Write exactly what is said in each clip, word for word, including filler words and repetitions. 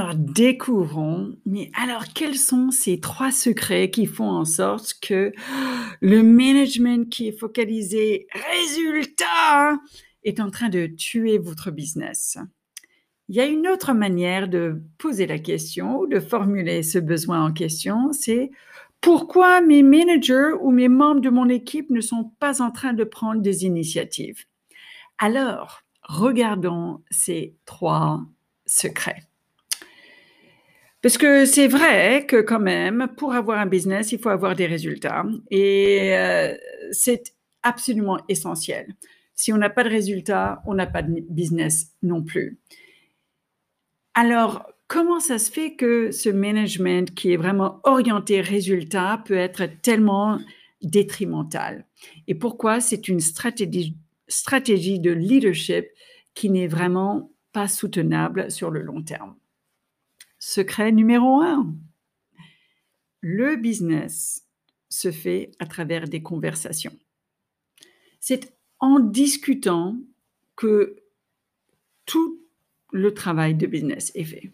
Alors, découvrons, mais alors quels sont ces trois secrets qui font en sorte que le management qui est focalisé résultat est en train de tuer votre business? Il y a une autre manière de poser la question ou de formuler ce besoin en question, c'est: pourquoi mes managers ou mes membres de mon équipe ne sont pas en train de prendre des initiatives? Alors, regardons ces trois secrets. Parce que c'est vrai que quand même, pour avoir un business, il faut avoir des résultats et heu, c'est absolument essentiel. Si on n'a pas de résultats, on n'a pas de business non plus. Alors, comment ça se fait que ce management qui est vraiment orienté résultat peut être tellement détrimental? Et pourquoi c'est une stratégie stratégie de leadership qui n'est vraiment pas soutenable sur le long terme? Secret numéro un. Le business se fait à travers des conversations. C'est en discutant que tout le travail de business est fait.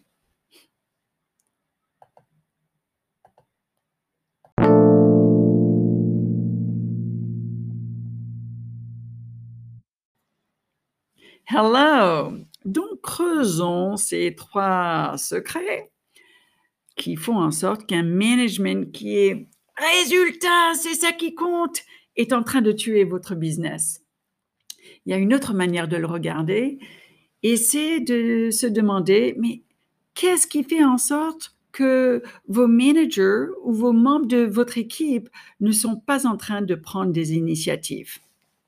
Hello! Donc, creusons ces trois secrets qui font en sorte qu'un management qui est résultat, c'est ça qui compte, est en train de tuer votre business. Il y a une autre manière de le regarder et c'est de se demander, mais qu'est-ce qui fait en sorte que vos managers ou vos membres de votre équipe ne sont pas en train de prendre des initiatives?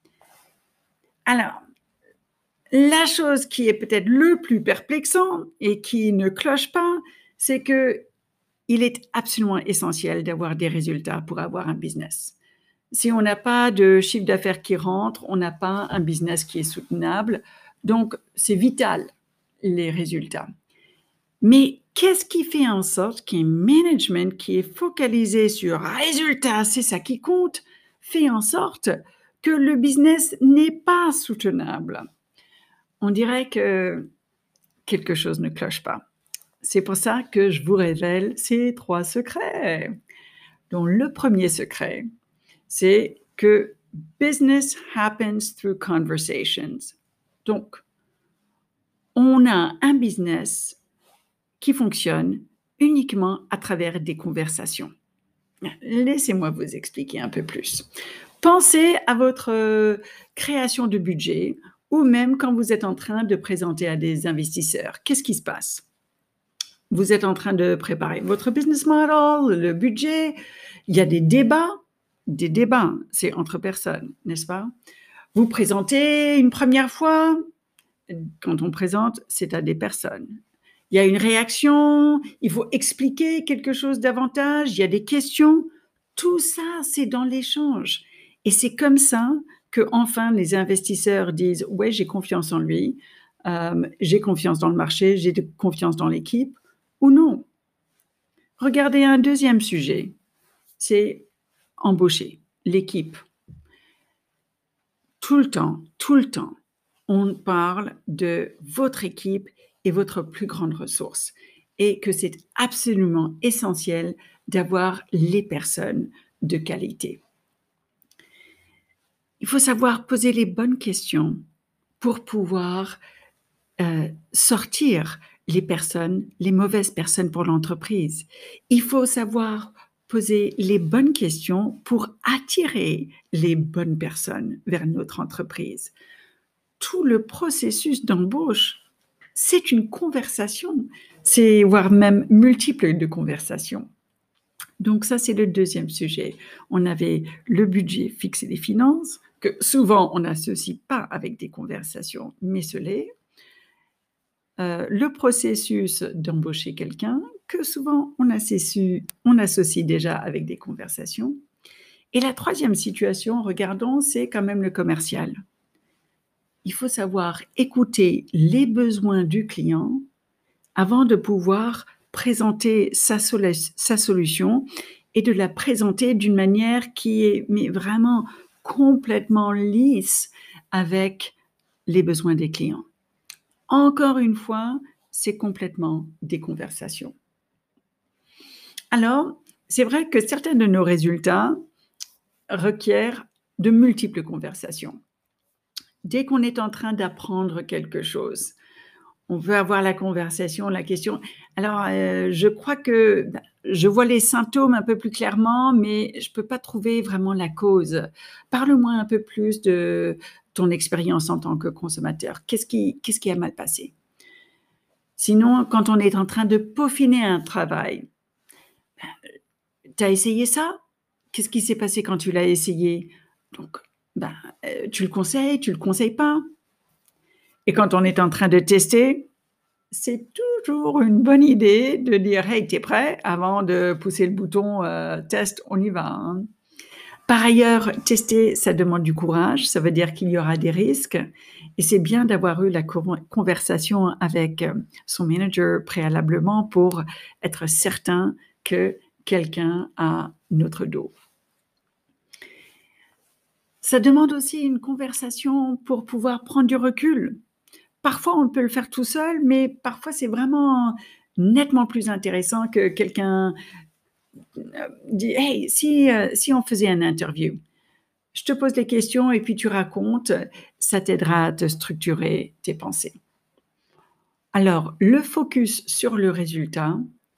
Alors, la chose qui est peut-être le plus perplexant et qui ne cloche pas, c'est que il est absolument essentiel d'avoir des résultats pour avoir un business. Si on n'a pas de chiffre d'affaires qui rentre, on n'a pas un business qui est soutenable. Donc, c'est vital, les résultats. Mais qu'est-ce qui fait en sorte qu'un management qui est focalisé sur résultats, c'est ça qui compte, fait en sorte que le business n'est pas soutenable? On dirait que quelque chose ne cloche pas. C'est pour ça que je vous révèle ces trois secrets. Donc, le premier secret, c'est que business happens through conversations. Donc, on a un business qui fonctionne uniquement à travers des conversations. Laissez-moi vous expliquer un peu plus. Pensez à votre euh, création de budget ou même quand vous êtes en train de présenter à des investisseurs. Qu'est-ce qui se passe? Vous êtes en train de préparer votre business model, le budget. Il y a des débats. Des débats, c'est entre personnes, n'est-ce pas? Vous présentez une première fois. Quand on présente, c'est à des personnes. Il y a une réaction, il faut expliquer quelque chose davantage, il y a des questions. Tout ça, c'est dans l'échange. Et c'est comme ça que enfin les investisseurs disent: ouais, j'ai confiance en lui, euh, j'ai confiance dans le marché, j'ai confiance dans l'équipe, ou non. Regardez un deuxième sujet, c'est embaucher l'équipe. Tout le temps, tout le temps, on parle de votre équipe et votre plus grande ressource et que c'est absolument essentiel d'avoir les personnes de qualité. Il faut savoir poser les bonnes questions pour pouvoir euh, sortir les personnes, les mauvaises personnes pour l'entreprise. Il faut savoir poser les bonnes questions pour attirer les bonnes personnes vers notre entreprise. Tout le processus d'embauche, c'est une conversation, c'est voire même multiple de conversations. Donc ça, c'est le deuxième sujet. On avait le budget fixe et les finances, que souvent on n'associe pas avec des conversations, mais ce l'est. Euh, le processus d'embaucher quelqu'un, que souvent on associe, on associe déjà avec des conversations. Et la troisième situation, regardons, c'est quand même le commercial. Il faut savoir écouter les besoins du client avant de pouvoir présenter sa, solu- sa solution et de la présenter d'une manière qui est mais vraiment complètement lisse avec les besoins des clients. Encore une fois, c'est complètement des conversations. Alors, c'est vrai que certains de nos résultats requièrent de multiples conversations. Dès qu'on est en train d'apprendre quelque chose, on veut avoir la conversation, la question. Alors, heu, je crois que, bah, je vois les symptômes un peu plus clairement, mais je peux pas trouver vraiment la cause. Parle-moi un peu plus de ton expérience en tant que consommateur. Qu'est-ce qui qu'est-ce qui a mal passé? Sinon, quand on est en train de peaufiner un travail, tu as essayé ça? Qu'est-ce qui s'est passé quand tu l'as essayé? Donc, ben, heu, tu le conseilles, tu le conseilles pas? Et quand on est en train de tester, c'est toujours une bonne idée de dire: «Hey, tu es prêt?» avant de pousser le bouton, heu, test, on y va, hein. Par ailleurs, tester, ça demande du courage, ça veut dire qu'il y aura des risques et c'est bien d'avoir eu la conver conversation avec, heu, son manager préalablement pour être certain que quelqu'un a notre dos. Ça demande aussi une conversation pour pouvoir prendre du recul. Parfois, on peut le faire tout seul, mais parfois, c'est vraiment nettement plus intéressant que quelqu'un, heu, dit: «Hey, si, heu, si on faisait un interview? Je te pose les questions et puis tu racontes», ça t'aidera à te structurer tes pensées. Alors, le focus sur le résultat,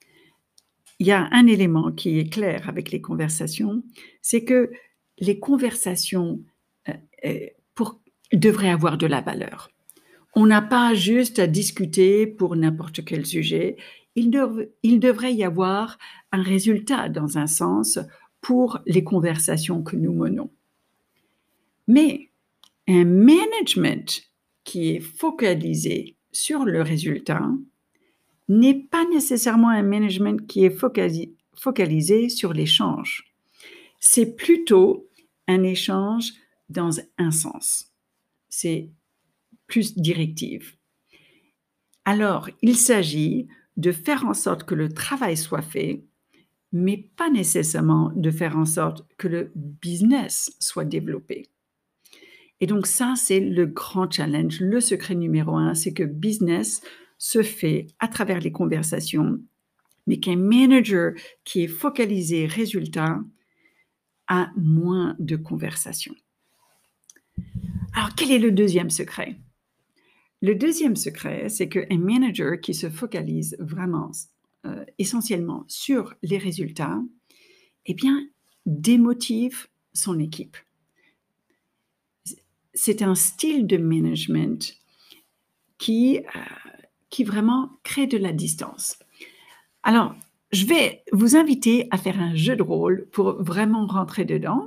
il y a un élément qui est clair avec les conversations, c'est que les conversations, heu heu, pour devraient avoir de la valeur. On n'a pas juste à discuter pour n'importe quel sujet. Il dev il devrait y avoir un résultat dans un sens pour les conversations que nous menons. Mais un management qui est focalisé sur le résultat n'est pas nécessairement un management qui est focasi focalisé sur l'échange. C'est plutôt un échange dans un sens. C'est plus directive. Alors, il s'agit de faire en sorte que le travail soit fait, mais pas nécessairement de faire en sorte que le business soit développé. Et donc ça, c'est le grand challenge. Le secret numéro un, c'est que business se fait à travers les conversations, mais qu'un manager qui est focalisé résultat a moins de conversations. Alors, quel est le deuxième secret? Le deuxième secret, c'est qu'un manager qui se focalise vraiment, heu, essentiellement sur les résultats, eh bien, démotive son équipe. C c'est un style de management qui, heu, qui vraiment crée de la distance. Alors, je vais vous inviter à faire un jeu de rôle pour vraiment rentrer dedans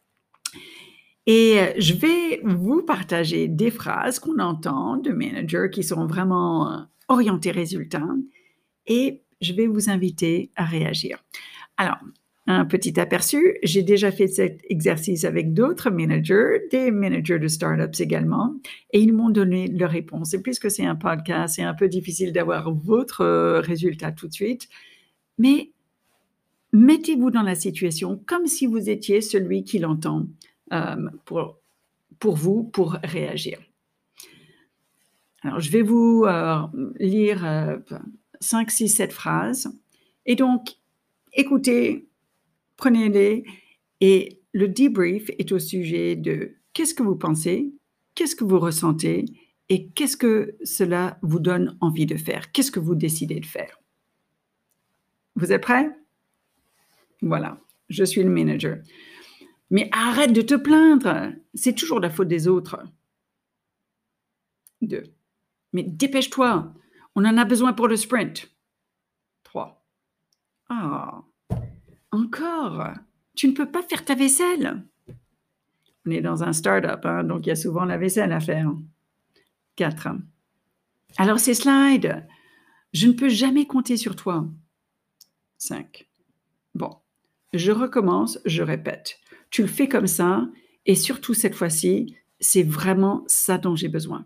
et heu, je vais vous partager des phrases qu'on entend de managers qui sont vraiment, heu, orientés résultats et je vais vous inviter à réagir. Alors, un petit aperçu, j'ai déjà fait cet exercice avec d'autres managers, des managers de startups également, et ils m'ont donné leurs réponses. Et puisque c'est un podcast, c'est un peu difficile d'avoir votre euh, résultat tout de suite, mais mettez-vous dans la situation comme si vous étiez celui qui l'entend euh, pour, pour vous, pour réagir. Alors, je vais vous euh, lire euh, cinq, six, sept phrases. Et donc, écoutez, prenez-les et le debrief est au sujet de qu'est-ce que vous pensez, qu'est-ce que vous ressentez et qu'est-ce que cela vous donne envie de faire, qu'est-ce que vous décidez de faire. Vous êtes prêts? Voilà, je suis le manager. Mais arrête de te plaindre, c'est toujours la faute des autres. Deux. Mais dépêche-toi, on en a besoin pour le sprint. Trois. Ah, encore, tu ne peux pas faire ta vaisselle. On est dans un start-up, hein, donc il y a souvent la vaisselle à faire. Quatre. Alors ces slides, je ne peux jamais compter sur toi. Cinq. Bon, je recommence, je répète. Tu le fais comme ça et surtout cette fois-ci, c'est vraiment ça dont j'ai besoin.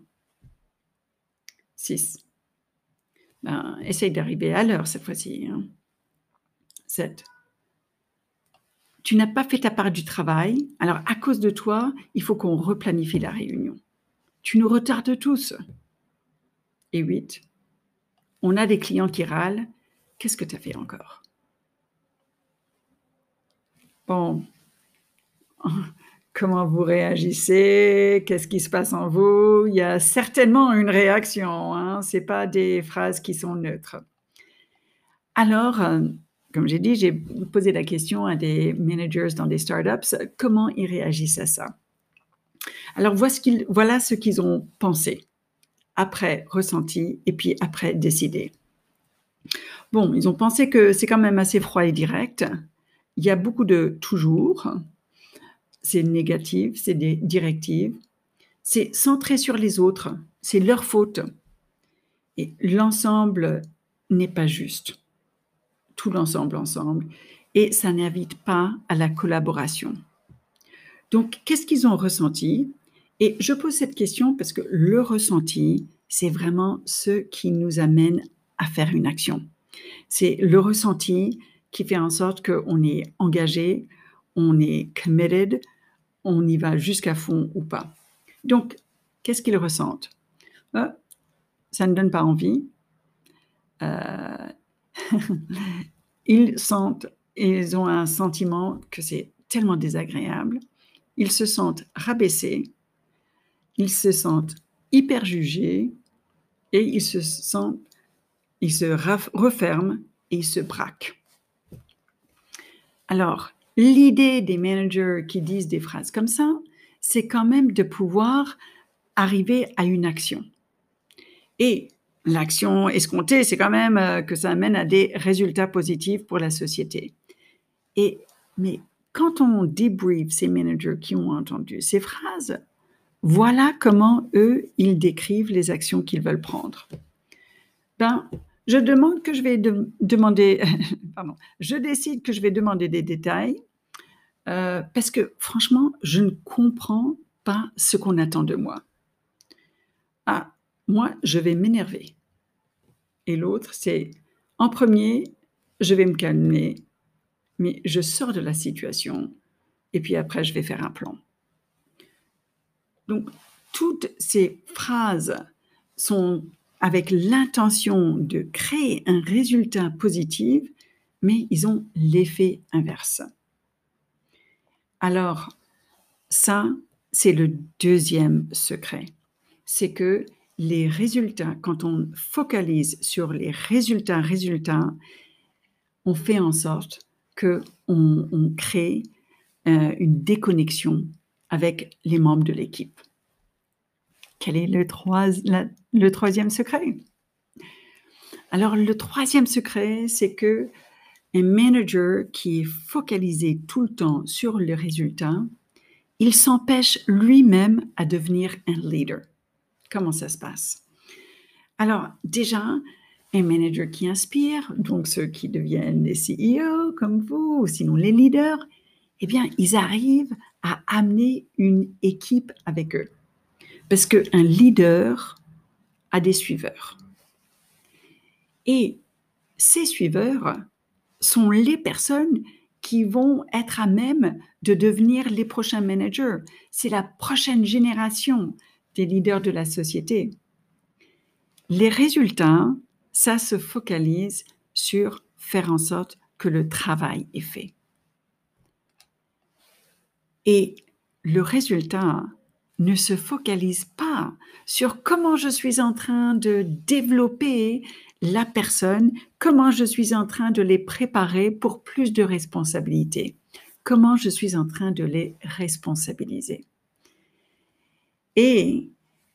Six. Ben, essaye d'arriver à l'heure cette fois-ci, hein. sept. Tu n'as pas fait ta part du travail, alors à cause de toi, il faut qu'on replanifie la réunion. Tu nous retardes tous. Et huit. on a des clients qui râlent. Qu'est-ce que tu as fait encore? Bon, comment vous réagissez? Qu'est-ce qui se passe en vous? Il y a certainement une réaction, hein, c'est pas des phrases qui sont neutres. Alors, heu, comme j'ai dit, j'ai posé la question à des managers dans des startups, comment ils réagissent à ça? Alors vois ce qu'ils voilà ce qu'ils ont pensé, après ressenti et puis après décidé. Bon, ils ont pensé que c'est quand même assez froid et direct. Il y a beaucoup de toujours, c'est négatif, c'est des directives, c'est centré sur les autres, c'est leur faute et l'ensemble n'est pas juste. Tout l'ensemble ensemble et ça n'invite pas à la collaboration. Donc qu'est-ce qu'ils ont ressenti? Et je pose cette question parce que le ressenti, c'est vraiment ce qui nous amène à faire une action. C'est le ressenti qui fait en sorte qu'on est engagé, on est committed, on y va jusqu'à fond ou pas. Donc, qu'est-ce qu'ils ressentent? «Ah, ça ne donne pas envie». Heu, ils sentent ils ont un sentiment que c'est tellement désagréable. Ils se sentent rabaissés, ils se sentent hyper jugés et ils se sentent ils se raf referment et ils se braquent. Alors, l'idée des managers qui disent des phrases comme ça, c'est quand même de pouvoir arriver à une action. Et l'action escomptée, c'est quand même, heu, que ça amène à des résultats positifs pour la société. Et mais quand on débrief ces managers qui ont entendu ces phrases, voilà comment eux, ils décrivent les actions qu'ils veulent prendre. Ben, je demande que je vais dem demander pardon, je décide que je vais demander des détails, heu, parce que franchement, je ne comprends pas ce qu'on attend de moi. Ah, moi, je vais m'énerver et l'autre, c'est en premier, je vais me calmer, mais je sors de la situation et puis après je vais faire un plan. Donc toutes ces phrases sont avec l'intention de créer un résultat positif, mais ils ont l'effet inverse. Alors ça, c'est le deuxième secret. C'est que les résultats, quand on focalise sur les résultats, résultats, on fait en sorte qu'on on crée, heu, une déconnexion avec les membres de l'équipe. Quel est le trois la le troisième secret? Alors le troisième secret, c'est qu'un manager qui est focalisé tout le temps sur le résultat, il s'empêche lui-même à devenir un leader. Comment ça se passe? Alors déjà, un manager qui inspire, donc ceux qui deviennent des C E O comme vous ou sinon les leaders, eh bien, ils arrivent à amener une équipe avec eux. Parce qu'un leader a des suiveurs. Et ces suiveurs sont les personnes qui vont être à même de devenir les prochains managers. C'est la prochaine génération des leaders de la société. Les résultats, ça se focalise sur faire en sorte que le travail est fait. Et le résultat ne se focalise pas sur comment je suis en train de développer la personne, comment je suis en train de les préparer pour plus de responsabilités, comment je suis en train de les responsabiliser. Et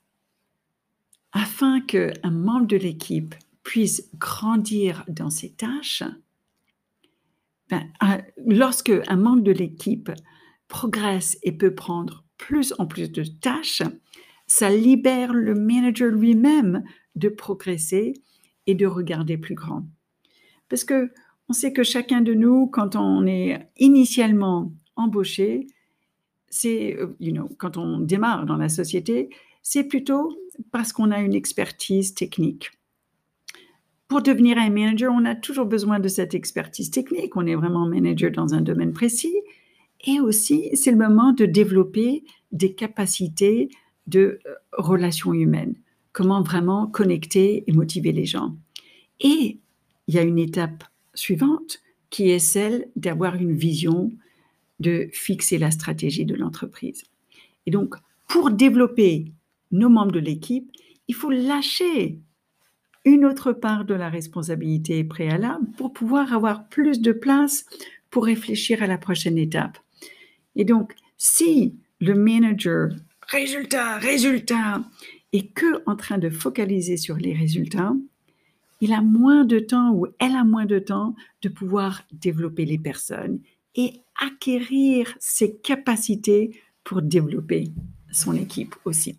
afin qu'un membre de l'équipe puisse grandir dans ses tâches, ben, lorsque un membre de l'équipe progresse et peut prendre plus en plus de tâches, ça libère le manager lui-même de progresser et de regarder plus grand. Parce que on sait que chacun de nous, quand on est initialement embauché, c'est, you know, quand on démarre dans la société, c'est plutôt parce qu'on a une expertise technique. Pour devenir un manager, on a toujours besoin de cette expertise technique. On est vraiment manager dans un domaine précis. Et aussi, c'est le moment de développer des capacités de relations humaines. Comment vraiment connecter et motiver les gens. Et il y a une étape suivante qui est celle d'avoir une vision, de fixer la stratégie de l'entreprise. Et donc, pour développer nos membres de l'équipe, il faut lâcher une autre part de la responsabilité préalable pour pouvoir avoir plus de place pour réfléchir à la prochaine étape. Et donc, si le manager, résultat, résultat, est que en train de focaliser sur les résultats, il a moins de temps ou elle a moins de temps de pouvoir développer les personnes et acquérir ses capacités pour développer son équipe aussi.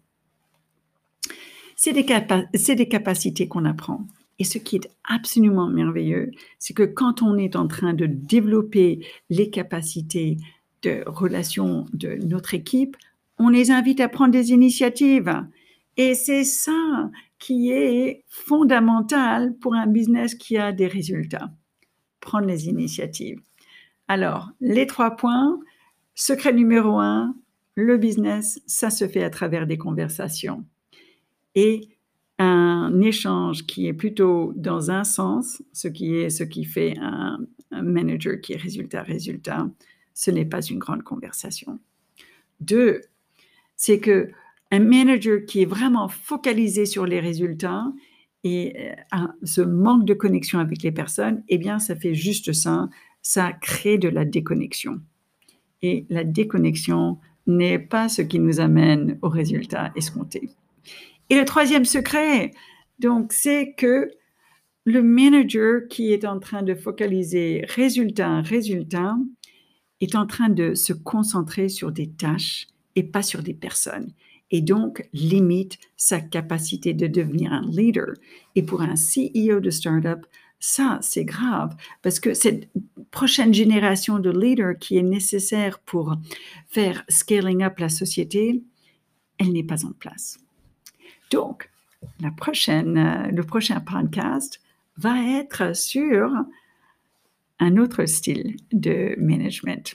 C'est des, capa- c'est des capacités qu'on apprend. Et ce qui est absolument merveilleux, c'est que quand on est en train de développer les capacités de relation de notre équipe, on les invite à prendre des initiatives. Et c'est ça qui est fondamental pour un business qui a des résultats. Prendre les initiatives. Alors, les trois points. Secret numéro un, le business, ça se fait à travers des conversations. Et un échange qui est plutôt dans un sens, ce qui est ce qui fait un, un manager qui est résultat-résultat, ce n'est pas une grande conversation. Deux, c'est que un manager qui est vraiment focalisé sur les résultats et euh, ce manque de connexion avec les personnes, eh bien, ça fait juste ça, ça crée de la déconnexion. Et la déconnexion n'est pas ce qui nous amène aux résultats escomptés. Et le troisième secret, donc, c'est que le manager qui est en train de focaliser résultat, résultat, est en train de se concentrer sur des tâches et pas sur des personnes. Et donc, limite sa capacité de devenir un leader. Et pour un C E O de start-up, ça, c'est grave, parce que cette prochaine génération de leaders qui est nécessaire pour faire scaling up la société, elle n'est pas en place. Donc, la prochaine, le prochain podcast va être sur un autre style de management.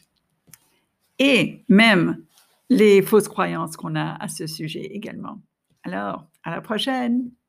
Et même les fausses croyances qu'on a à ce sujet également. Alors, à la prochaine!